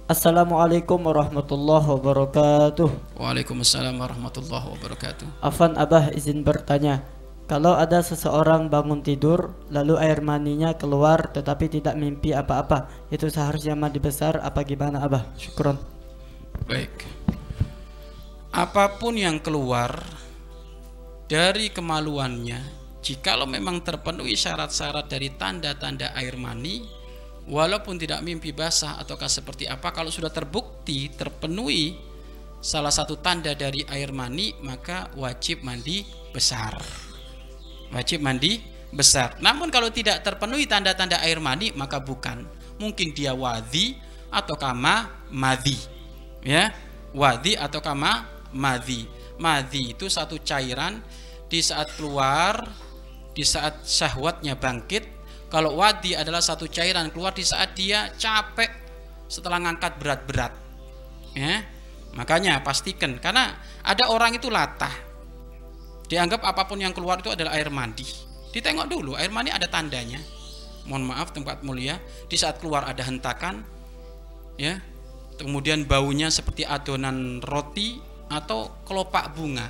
Assalamualaikum warahmatullahi wabarakatuh. Waalaikumsalam warahmatullahi wabarakatuh. Afan Abah izin bertanya, kalau ada seseorang bangun tidur lalu air maninya keluar tetapi tidak mimpi apa-apa, itu seharusnya mandi besar apa gimana Abah? Syukron. Baik. Apapun yang keluar dari kemaluannya, jikalau memang terpenuhi syarat-syarat dari tanda-tanda air mani, walaupun tidak mimpi basah ataukah seperti apa, kalau sudah terbukti terpenuhi salah satu tanda dari air mani, maka wajib mandi besar. Wajib mandi besar. Namun kalau tidak terpenuhi tanda-tanda air mani, maka bukan. Mungkin dia wadhi atau kama madhi. Ya, wadhi atau kama madhi. Madhi itu satu cairan di saat keluar, di saat syahwatnya bangkit. Kalau wadhi adalah satu cairan keluar di saat dia capek setelah ngangkat berat-berat. Ya, makanya pastikan, karena ada orang itu latah, dianggap apapun yang keluar itu adalah air mandi. Ditengok dulu, air mani ada tandanya. Mohon maaf tempat mulia, di saat keluar ada hentakan, ya, kemudian baunya seperti adonan roti atau kelopak bunga,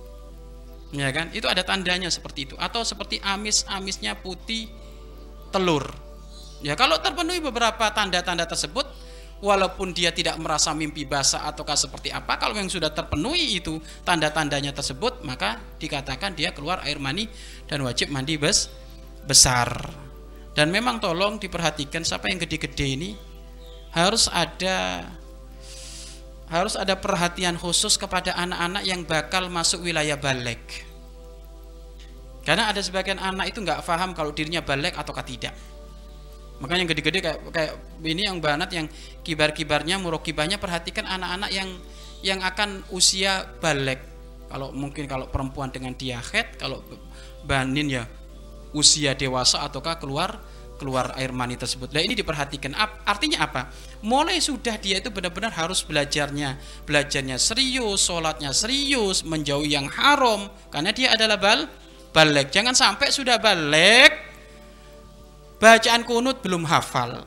ya kan? Itu ada tandanya seperti itu. Atau seperti amisnya putih telur. Ya, kalau terpenuhi beberapa tanda-tanda tersebut, walaupun dia tidak merasa mimpi basah ataukah seperti apa, kalau yang sudah terpenuhi itu tanda-tandanya tersebut, maka dikatakan dia keluar air mani dan wajib mandi besar. Dan memang tolong diperhatikan, siapa yang gede-gede ini harus ada perhatian khusus kepada anak-anak yang bakal masuk wilayah baligh. Karena ada sebagian anak itu nggak paham kalau dirinya baligh ataukah tidak. Makanya yang gede-gede kayak ini, yang banat, yang kibar-kibarnya, murokibahnya, perhatikan anak-anak yang akan usia baligh. Kalau mungkin kalau perempuan dengan dia haid, kalau banin ya usia dewasa ataukah keluar air mani tersebut. Nah, ini diperhatikan. Artinya apa? Mulai sudah dia itu benar-benar harus belajarnya serius, sholatnya serius, menjauhi yang haram, karena dia adalah baligh. Jangan sampai sudah baligh, bacaan kunut belum hafal,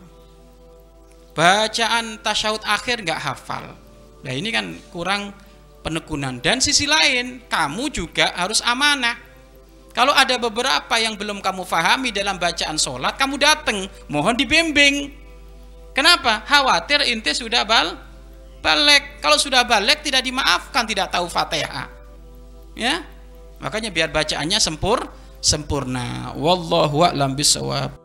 bacaan tasyahud akhir nggak hafal. Nah, ini kan kurang penekunan. Dan sisi lain, kamu juga harus amanah. Kalau ada beberapa yang belum kamu fahami dalam bacaan sholat, kamu datang, mohon dibimbing. Kenapa? Khawatir ente sudah baligh. Kalau sudah baligh tidak dimaafkan, tidak tahu Fatihah. Ya, makanya biar bacaannya sempurna. Wallahu a'lam bishawab.